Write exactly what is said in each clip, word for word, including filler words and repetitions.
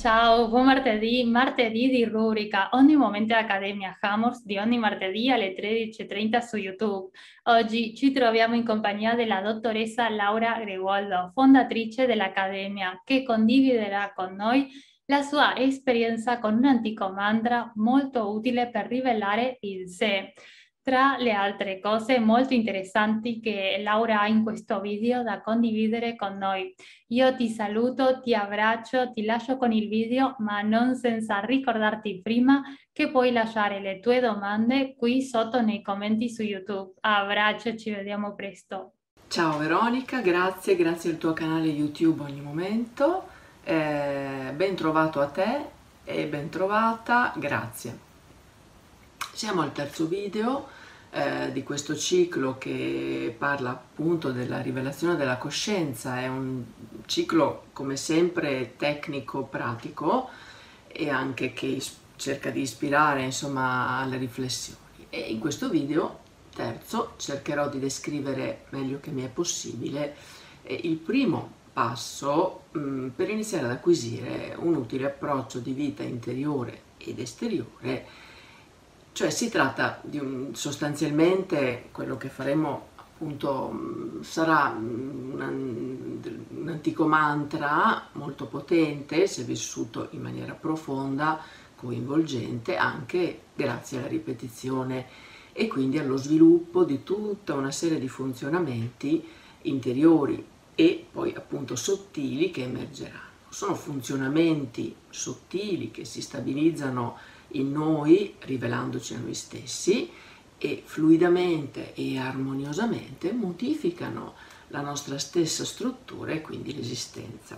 Ciao, buon martedì, martedì di rubrica Ogni momento Accademia Hammers di ogni martedì alle tredici e trenta su YouTube. Oggi ci troviamo in compagnia della dottoressa Laura Gregualdo, fondatrice dell'Accademia, che condividerà con noi la sua esperienza con un antico mantra molto utile per rivelare il sé. Tra le altre cose molto interessanti che Laura ha in questo video da condividere con noi. Io ti saluto, ti abbraccio, ti lascio con il video, ma non senza ricordarti prima che puoi lasciare le tue domande qui sotto nei commenti su YouTube. Abbraccio, ci vediamo presto. Ciao Veronica, grazie, grazie al tuo canale YouTube Ogni Momento, eh, ben trovato a te e ben trovata, grazie. Siamo al terzo video eh, di questo ciclo che parla appunto della rivelazione della coscienza. È un ciclo come sempre tecnico-pratico e anche che is- cerca di ispirare insomma alle riflessioni. E in questo video terzo cercherò di descrivere meglio che mi è possibile eh, il primo passo mh, per iniziare ad acquisire un utile approccio di vita interiore ed esteriore. Cioè si tratta di un, sostanzialmente quello che faremo appunto mh, sarà mh, un, un antico mantra molto potente se vissuto in maniera profonda, coinvolgente, anche grazie alla ripetizione e quindi allo sviluppo di tutta una serie di funzionamenti interiori e poi appunto sottili che emergeranno. Sono funzionamenti sottili che si stabilizzano in noi rivelandoci a noi stessi e fluidamente e armoniosamente modificano la nostra stessa struttura e quindi l'esistenza.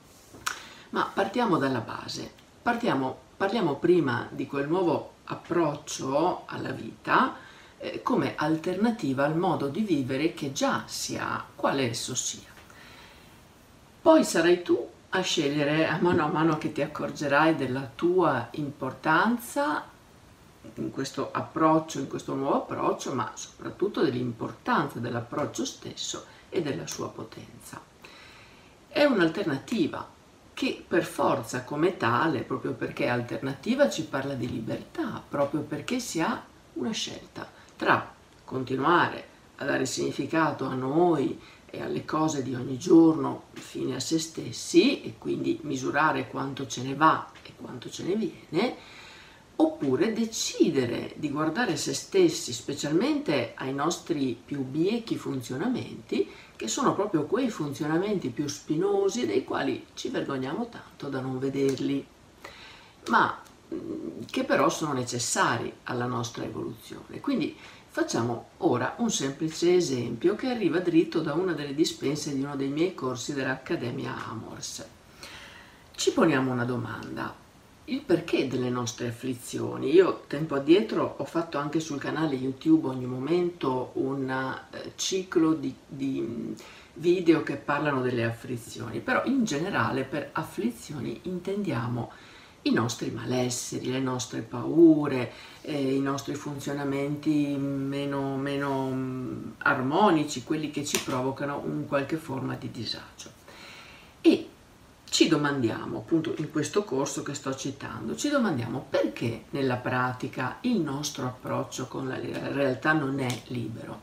Ma partiamo dalla base, partiamo, parliamo prima di quel nuovo approccio alla vita eh, come alternativa al modo di vivere che già si ha, quale esso sia. Poi sarai tu a scegliere a mano a mano che ti accorgerai della tua importanza in questo approccio, in questo nuovo approccio, ma soprattutto dell'importanza dell'approccio stesso e della sua potenza. È un'alternativa che per forza come tale, proprio perché alternativa, ci parla di libertà, proprio perché si ha una scelta tra continuare a dare significato a noi e alle cose di ogni giorno fine a se stessi e quindi misurare quanto ce ne va e quanto ce ne viene, oppure decidere di guardare se stessi, specialmente ai nostri più biechi funzionamenti, che sono proprio quei funzionamenti più spinosi dei quali ci vergogniamo tanto da non vederli, ma che però sono necessari alla nostra evoluzione. Quindi facciamo ora un semplice esempio che arriva dritto da una delle dispense di uno dei miei corsi dell'Accademia Hammers. Ci poniamo una domanda: il perché delle nostre afflizioni. Io tempo addietro ho fatto anche sul canale YouTube Ogni Momento un eh, ciclo di, di video che parlano delle afflizioni, però in generale per afflizioni intendiamo i nostri malesseri, le nostre paure, eh, i nostri funzionamenti meno, meno mh, armonici, quelli che ci provocano un qualche forma di disagio. E ci domandiamo, appunto in questo corso che sto citando, ci domandiamo perché nella pratica il nostro approccio con la realtà non è libero.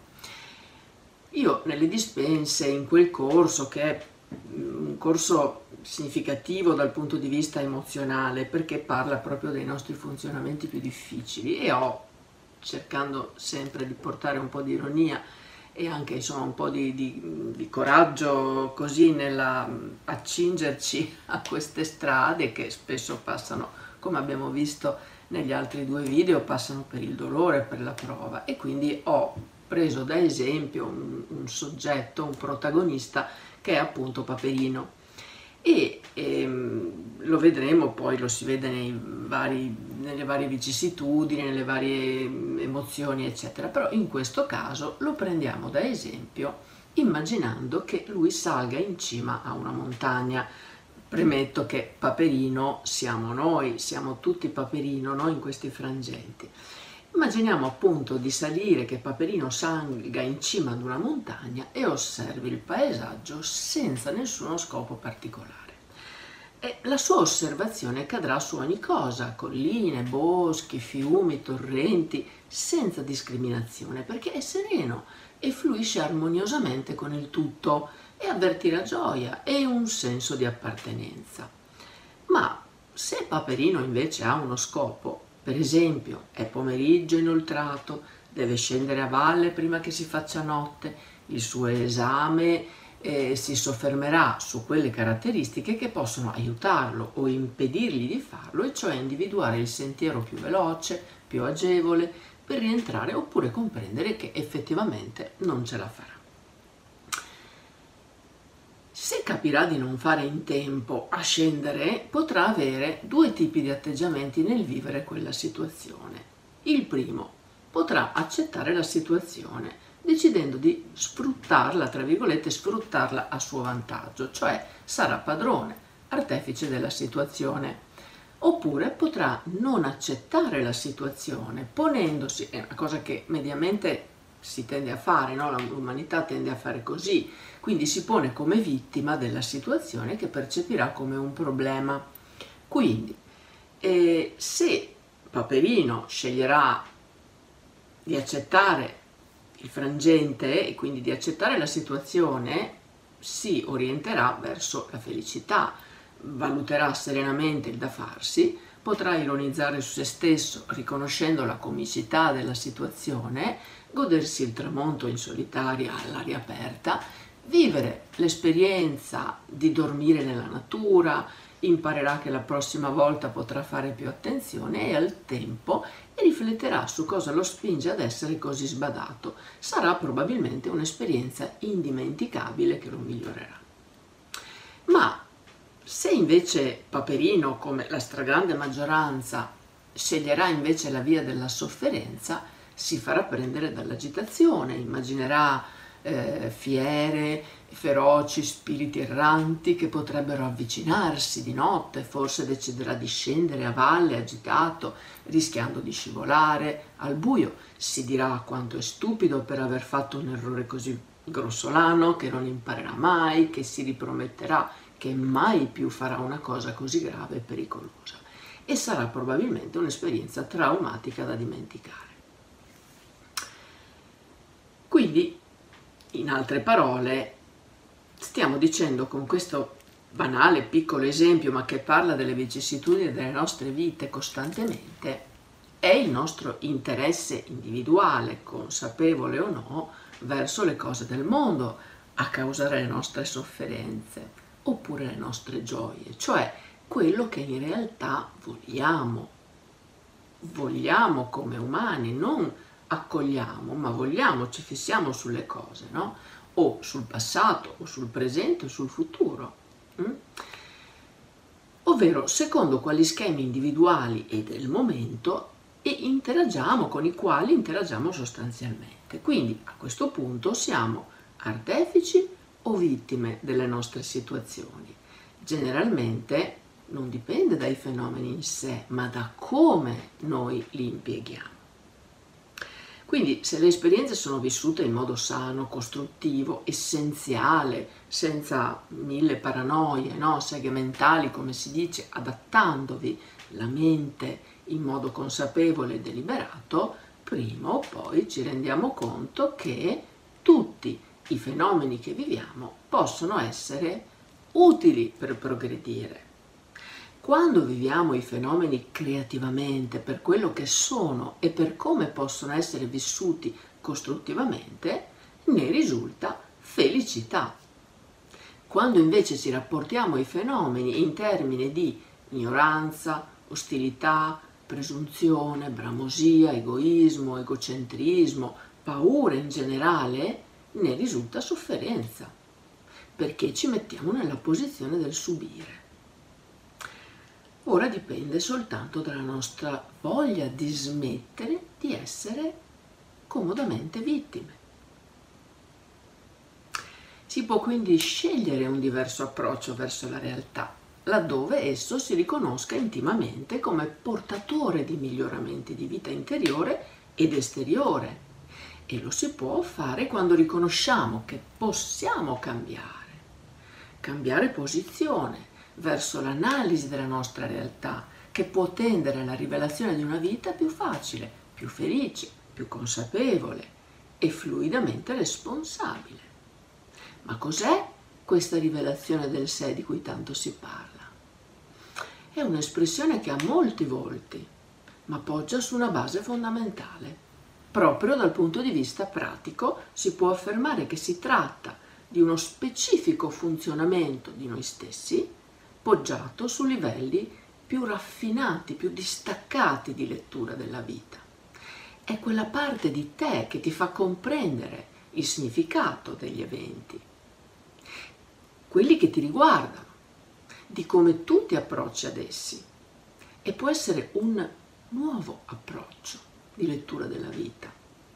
Io nelle dispense, in quel corso, che è un corso significativo dal punto di vista emozionale, perché parla proprio dei nostri funzionamenti più difficili, e ho, cercando sempre di portare un po' di ironia e anche insomma un po' di, di, di coraggio così nella accingerci a queste strade che spesso passano, come abbiamo visto negli altri due video, passano per il dolore, per la prova, e quindi ho preso da esempio un, un soggetto, un protagonista che è appunto Paperino. E ehm, lo vedremo, poi lo si vede nei vari, nelle varie vicissitudini, nelle varie emozioni eccetera, però in questo caso lo prendiamo da esempio immaginando che lui salga in cima a una montagna. Premetto che Paperino siamo noi, siamo tutti Paperino, no? In questi frangenti. Immaginiamo appunto di salire, che Paperino salga in cima ad una montagna e osservi il paesaggio senza nessuno scopo particolare. E la sua osservazione cadrà su ogni cosa, colline, boschi, fiumi, torrenti, senza discriminazione, perché è sereno e fluisce armoniosamente con il tutto e avvertirà gioia e un senso di appartenenza. Ma se Paperino invece ha uno scopo, per esempio è pomeriggio inoltrato, deve scendere a valle prima che si faccia notte, il suo esame eh, si soffermerà su quelle caratteristiche che possono aiutarlo o impedirgli di farlo, e cioè individuare il sentiero più veloce, più agevole per rientrare, oppure comprendere che effettivamente non ce la farà. Se capirà di non fare in tempo a scendere, potrà avere due tipi di atteggiamenti nel vivere quella situazione. Il primo, potrà accettare la situazione, decidendo di sfruttarla, tra virgolette, sfruttarla a suo vantaggio, cioè sarà padrone, artefice della situazione. Oppure potrà non accettare la situazione, ponendosi, è una cosa che mediamente si tende a fare, no? L'umanità tende a fare così, quindi si pone come vittima della situazione che percepirà come un problema. Quindi, eh, se Paperino sceglierà di accettare il frangente e quindi di accettare la situazione, si orienterà verso la felicità, valuterà serenamente il da farsi, potrà ironizzare su se stesso riconoscendo la comicità della situazione, godersi il tramonto in solitaria all'aria aperta, vivere l'esperienza di dormire nella natura, imparerà che la prossima volta potrà fare più attenzione e al tempo rifletterà su cosa lo spinge ad essere così sbadato. Sarà probabilmente un'esperienza indimenticabile che lo migliorerà. Ma se invece Paperino, come la stragrande maggioranza, sceglierà invece la via della sofferenza, si farà prendere dall'agitazione, immaginerà eh, fiere, feroci spiriti erranti che potrebbero avvicinarsi di notte, forse deciderà di scendere a valle agitato, rischiando di scivolare al buio, si dirà quanto è stupido per aver fatto un errore così grossolano, che non imparerà mai, che si riprometterà che mai più farà una cosa così grave e pericolosa, e sarà probabilmente un'esperienza traumatica da dimenticare. Quindi, in altre parole, stiamo dicendo con questo banale piccolo esempio, ma che parla delle vicissitudini delle nostre vite costantemente, è il nostro interesse individuale, consapevole o no, verso le cose del mondo a causare le nostre sofferenze oppure le nostre gioie, cioè quello che in realtà vogliamo. Vogliamo come umani, non accogliamo, ma vogliamo, ci fissiamo sulle cose, no? O sul passato, o sul presente, o sul futuro. Mm? Ovvero, secondo quali schemi individuali e del momento e interagiamo, con i quali interagiamo sostanzialmente. Quindi, a questo punto, siamo artefici o vittime delle nostre situazioni. Generalmente non dipende dai fenomeni in sé, ma da come noi li impieghiamo. Quindi se le esperienze sono vissute in modo sano, costruttivo, essenziale, senza mille paranoie, no? seghe mentali, come si dice, adattandovi la mente in modo consapevole e deliberato, prima o poi ci rendiamo conto che tutti i fenomeni che viviamo possono essere utili per progredire. Quando viviamo i fenomeni creativamente per quello che sono e per come possono essere vissuti costruttivamente, ne risulta felicità. Quando invece ci rapportiamo ai fenomeni in termini di ignoranza, ostilità, presunzione, bramosia, egoismo, egocentrismo, paura in generale, ne risulta sofferenza, perché ci mettiamo nella posizione del subire. Ora dipende soltanto dalla nostra voglia di smettere di essere comodamente vittime. Si può quindi scegliere un diverso approccio verso la realtà, laddove esso si riconosca intimamente come portatore di miglioramenti di vita interiore ed esteriore. E lo si può fare quando riconosciamo che possiamo cambiare, cambiare posizione, verso l'analisi della nostra realtà, che può tendere alla rivelazione di una vita più facile, più felice, più consapevole e fluidamente responsabile. Ma cos'è questa rivelazione del sé di cui tanto si parla? È un'espressione che ha molti volti, ma poggia su una base fondamentale. Proprio dal punto di vista pratico si può affermare che si tratta di uno specifico funzionamento di noi stessi, poggiato su livelli più raffinati, più distaccati di lettura della vita. È quella parte di te che ti fa comprendere il significato degli eventi, quelli che ti riguardano, di come tu ti approcci ad essi. E può essere un nuovo approccio di lettura della vita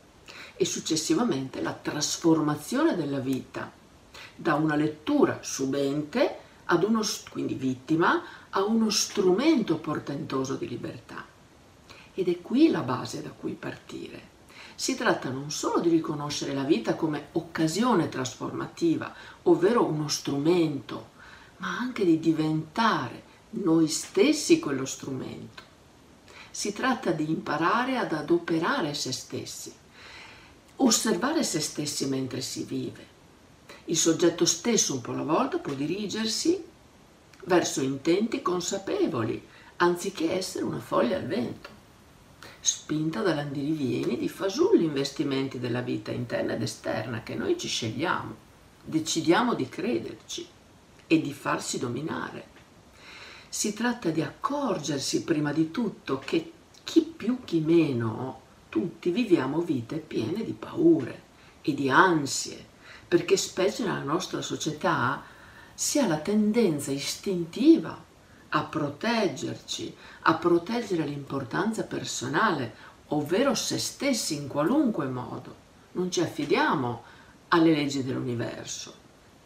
e successivamente la trasformazione della vita da una lettura subente ad uno, quindi vittima, a uno strumento portentoso di libertà. Ed è qui la base da cui partire. Si tratta non solo di riconoscere la vita come occasione trasformativa, ovvero uno strumento, ma anche di diventare noi stessi quello strumento. Si tratta di imparare ad adoperare se stessi, osservare se stessi mentre si vive. Il soggetto stesso un po' alla volta può dirigersi verso intenti consapevoli, anziché essere una foglia al vento, spinta dall'andirivieni di fasulli investimenti della vita interna ed esterna che noi ci scegliamo, decidiamo di crederci e di farsi dominare. Si tratta di accorgersi prima di tutto che chi più chi meno, tutti viviamo vite piene di paure e di ansie, perché specie nella nostra società si ha la tendenza istintiva a proteggerci, a proteggere l'importanza personale, ovvero se stessi in qualunque modo. Non ci affidiamo alle leggi dell'universo.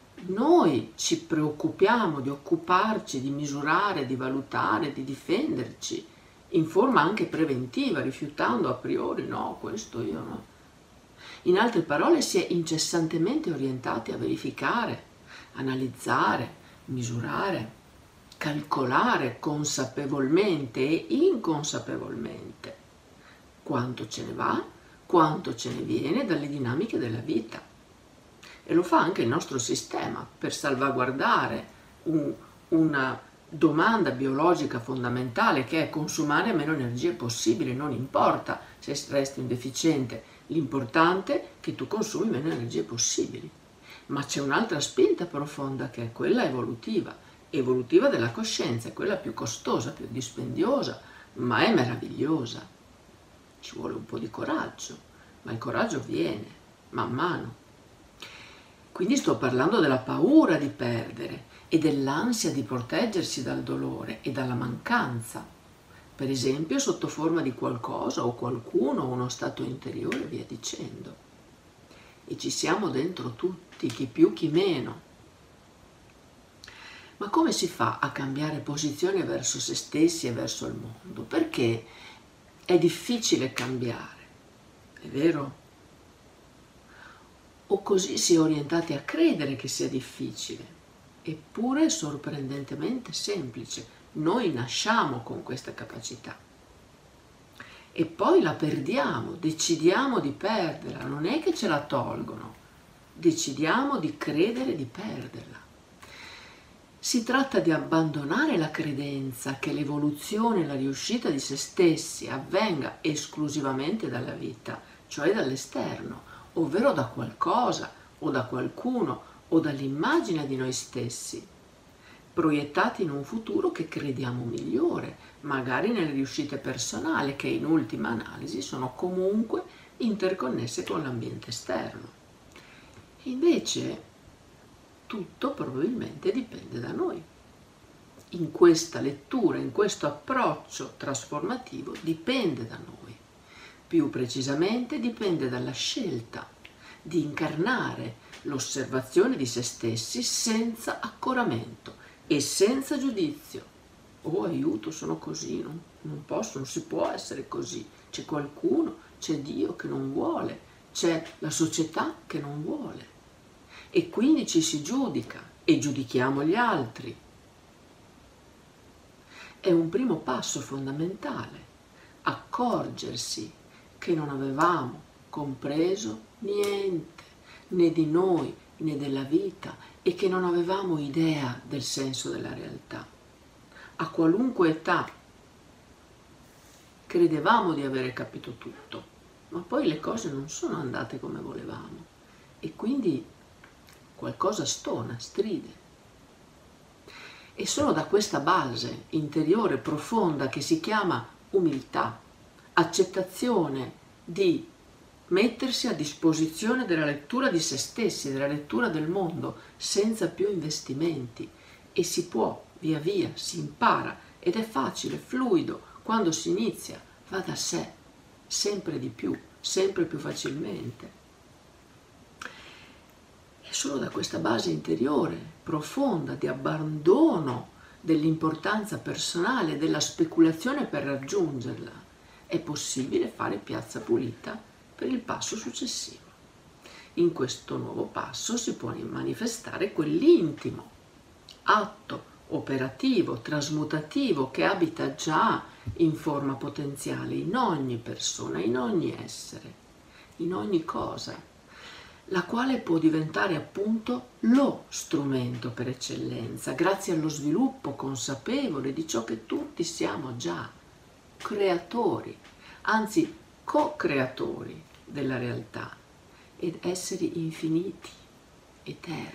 Noi ci preoccupiamo di occuparci, di misurare, di valutare, di difenderci in forma anche preventiva, rifiutando a priori, no, questo io no. In altre parole, si è incessantemente orientati a verificare, analizzare, misurare, calcolare consapevolmente e inconsapevolmente quanto ce ne va, quanto ce ne viene dalle dinamiche della vita. E lo fa anche il nostro sistema per salvaguardare un, una domanda biologica fondamentale, che è consumare meno energie possibile. Non importa se resti un deficiente, l'importante è che tu consumi meno energie possibili. Ma c'è un'altra spinta profonda, che è quella evolutiva, evolutiva della coscienza, è quella più costosa, più dispendiosa, ma è meravigliosa. Ci vuole un po' di coraggio, ma il coraggio viene man mano. Quindi sto parlando della paura di perdere e dell'ansia di proteggersi dal dolore e dalla mancanza, per esempio sotto forma di qualcosa o qualcuno, uno stato interiore, via dicendo. E ci siamo dentro tutti, chi più chi meno. Ma come si fa a cambiare posizione verso se stessi e verso il mondo? Perché è difficile cambiare, è vero? O così si è orientati a credere che sia difficile, eppure è sorprendentemente semplice. Noi nasciamo con questa capacità e poi la perdiamo, decidiamo di perderla, non è che ce la tolgono, decidiamo di credere di perderla. Si tratta di abbandonare la credenza che l'evoluzione e la riuscita di se stessi avvenga esclusivamente dalla vita, cioè dall'esterno, ovvero da qualcosa o da qualcuno o dall'immagine di noi stessi, proiettati in un futuro che crediamo migliore, magari nelle riuscite personali che in ultima analisi sono comunque interconnesse con l'ambiente esterno. E invece tutto probabilmente dipende da noi. In questa lettura, in questo approccio trasformativo, dipende da noi. Più precisamente dipende dalla scelta di incarnare l'osservazione di se stessi senza accoramento e senza giudizio. Oh, aiuto, sono così, non, non posso, non si può essere così. C'è qualcuno, c'è Dio che non vuole, c'è la società che non vuole. E quindi ci si giudica e giudichiamo gli altri. è un primo passo fondamentale, accorgersi che non avevamo compreso niente, né di noi né della vita, e che non avevamo idea del senso della realtà. A qualunque età credevamo di avere capito tutto, ma poi le cose non sono andate come volevamo e quindi qualcosa stona, stride. E solo da questa base interiore profonda che si chiama umiltà, accettazione di mettersi a disposizione della lettura di se stessi, della lettura del mondo, senza più investimenti, e si può, via via, si impara, ed è facile, fluido, quando si inizia, va da sé, sempre di più, sempre più facilmente. È solo da questa base interiore, profonda, di abbandono dell'importanza personale, della speculazione per raggiungerla, è possibile fare piazza pulita per il passo successivo. In questo nuovo passo si può manifestare quell'intimo atto operativo, trasmutativo, che abita già in forma potenziale in ogni persona, in ogni essere, in ogni cosa, la quale può diventare appunto lo strumento per eccellenza, grazie allo sviluppo consapevole di ciò che tutti siamo già, creatori, anzi co-creatori della realtà, ed esseri infiniti, eterni.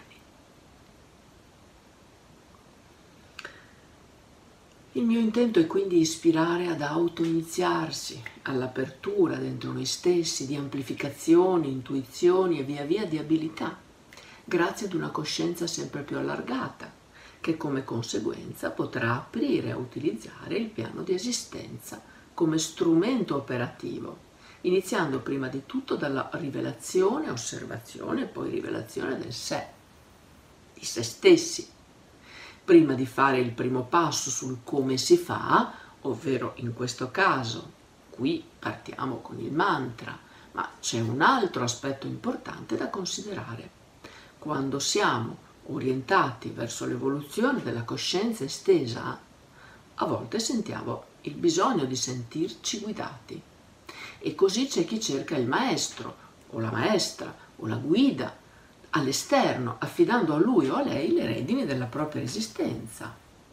Il mio intento è quindi ispirare ad auto-iniziarsi, all'apertura dentro noi stessi di amplificazioni, intuizioni e via via di abilità, grazie ad una coscienza sempre più allargata, che come conseguenza potrà aprire a utilizzare il piano di esistenza come strumento operativo, iniziando prima di tutto dalla rivelazione, osservazione e poi rivelazione del sé, di se stessi, prima di fare il primo passo sul come si fa, ovvero in questo caso, qui partiamo con il mantra, ma c'è un altro aspetto importante da considerare. Quando siamo orientati verso l'evoluzione della coscienza estesa, a volte sentiamo il bisogno di sentirci guidati. E così c'è chi cerca il maestro, o la maestra, o la guida, all'esterno, affidando a lui o a lei le redini della propria esistenza.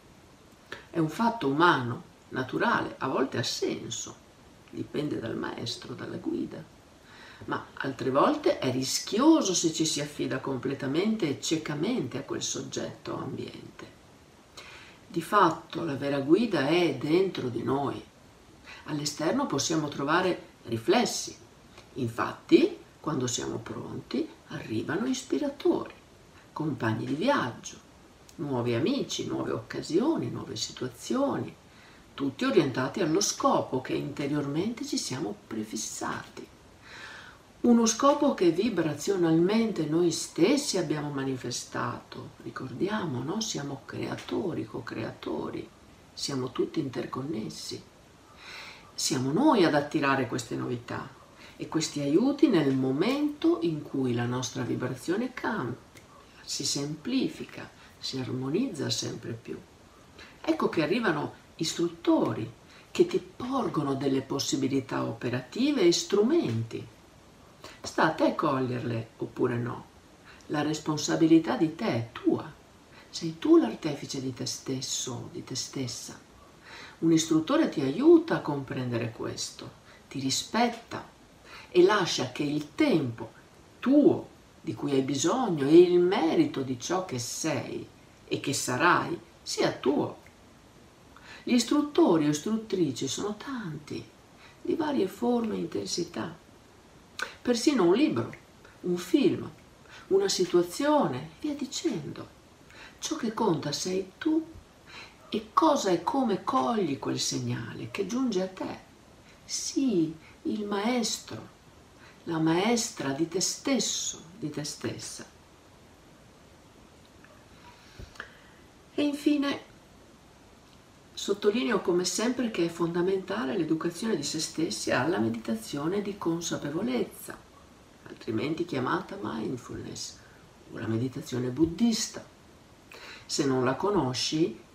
È un fatto umano, naturale, a volte ha senso, dipende dal maestro, dalla guida, ma altre volte è rischioso se ci si affida completamente e ciecamente a quel soggetto o ambiente. Di fatto la vera guida è dentro di noi. All'esterno possiamo trovare riflessi. Infatti, quando siamo pronti, arrivano ispiratori, compagni di viaggio, nuovi amici, nuove occasioni, nuove situazioni, tutti orientati allo scopo che interiormente ci siamo prefissati. Uno scopo che vibrazionalmente noi stessi abbiamo manifestato. Ricordiamo, no? Siamo creatori, co-creatori, siamo tutti interconnessi. Siamo noi ad attirare queste novità e questi aiuti nel momento in cui la nostra vibrazione cambia, si semplifica, si armonizza sempre più. Ecco che arrivano istruttori che ti porgono delle possibilità operative e strumenti. Sta a te coglierle oppure no. La responsabilità di te è tua. Sei tu l'artefice di te stesso, di te stessa. Un istruttore ti aiuta a comprendere questo, ti rispetta e lascia che il tempo tuo di cui hai bisogno e il merito di ciò che sei e che sarai sia tuo. Gli istruttori o istruttrici sono tanti, di varie forme e intensità. Persino un libro, un film, una situazione, via dicendo. Ciò che conta sei tu e cosa e come cogli quel segnale che giunge a te. Sii il maestro, la maestra di te stesso, di te stessa. E infine sottolineo come sempre che è fondamentale l'educazione di se stessi alla meditazione di consapevolezza, altrimenti chiamata mindfulness o la meditazione buddista. Se non la conosci,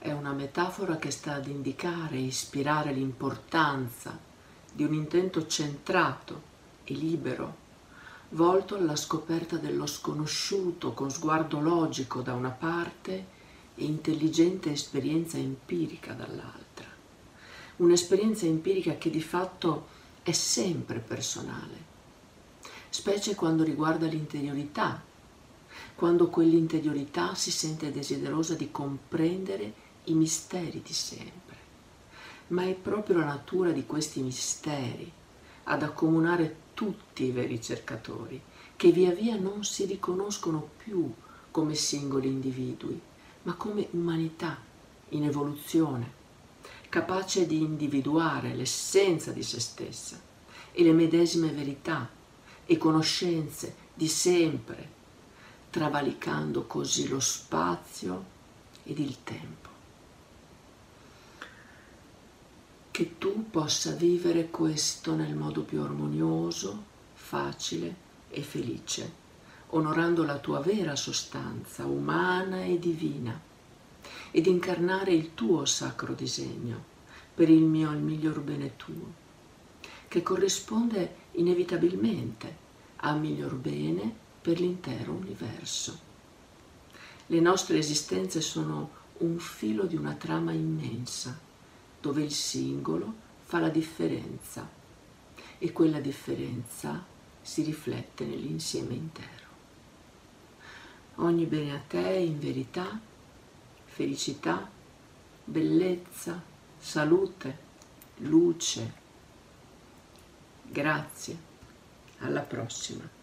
è una metafora che sta ad indicare e ispirare l'importanza di un intento centrato e libero, volto alla scoperta dello sconosciuto con sguardo logico da una parte e intelligente esperienza empirica dall'altra. Un'esperienza empirica che di fatto è sempre personale, specie quando riguarda l'interiorità, quando quell'interiorità si sente desiderosa di comprendere i misteri di sempre. Ma è proprio la natura di questi misteri ad accomunare tutti i veri cercatori, che via via non si riconoscono più come singoli individui, ma come umanità in evoluzione, capace di individuare l'essenza di se stessa e le medesime verità e conoscenze di sempre, travalicando così lo spazio ed il tempo. Che tu possa vivere questo nel modo più armonioso, facile e felice, onorando la tua vera sostanza umana e divina, ed incarnare il tuo sacro disegno per il mio il miglior bene tuo, che corrisponde inevitabilmente al miglior bene per l'intero universo. Le nostre esistenze sono un filo di una trama immensa, dove il singolo fa la differenza e quella differenza si riflette nell'insieme intero. Ogni bene a te in verità, felicità, bellezza, salute, luce. Grazie. Alla prossima.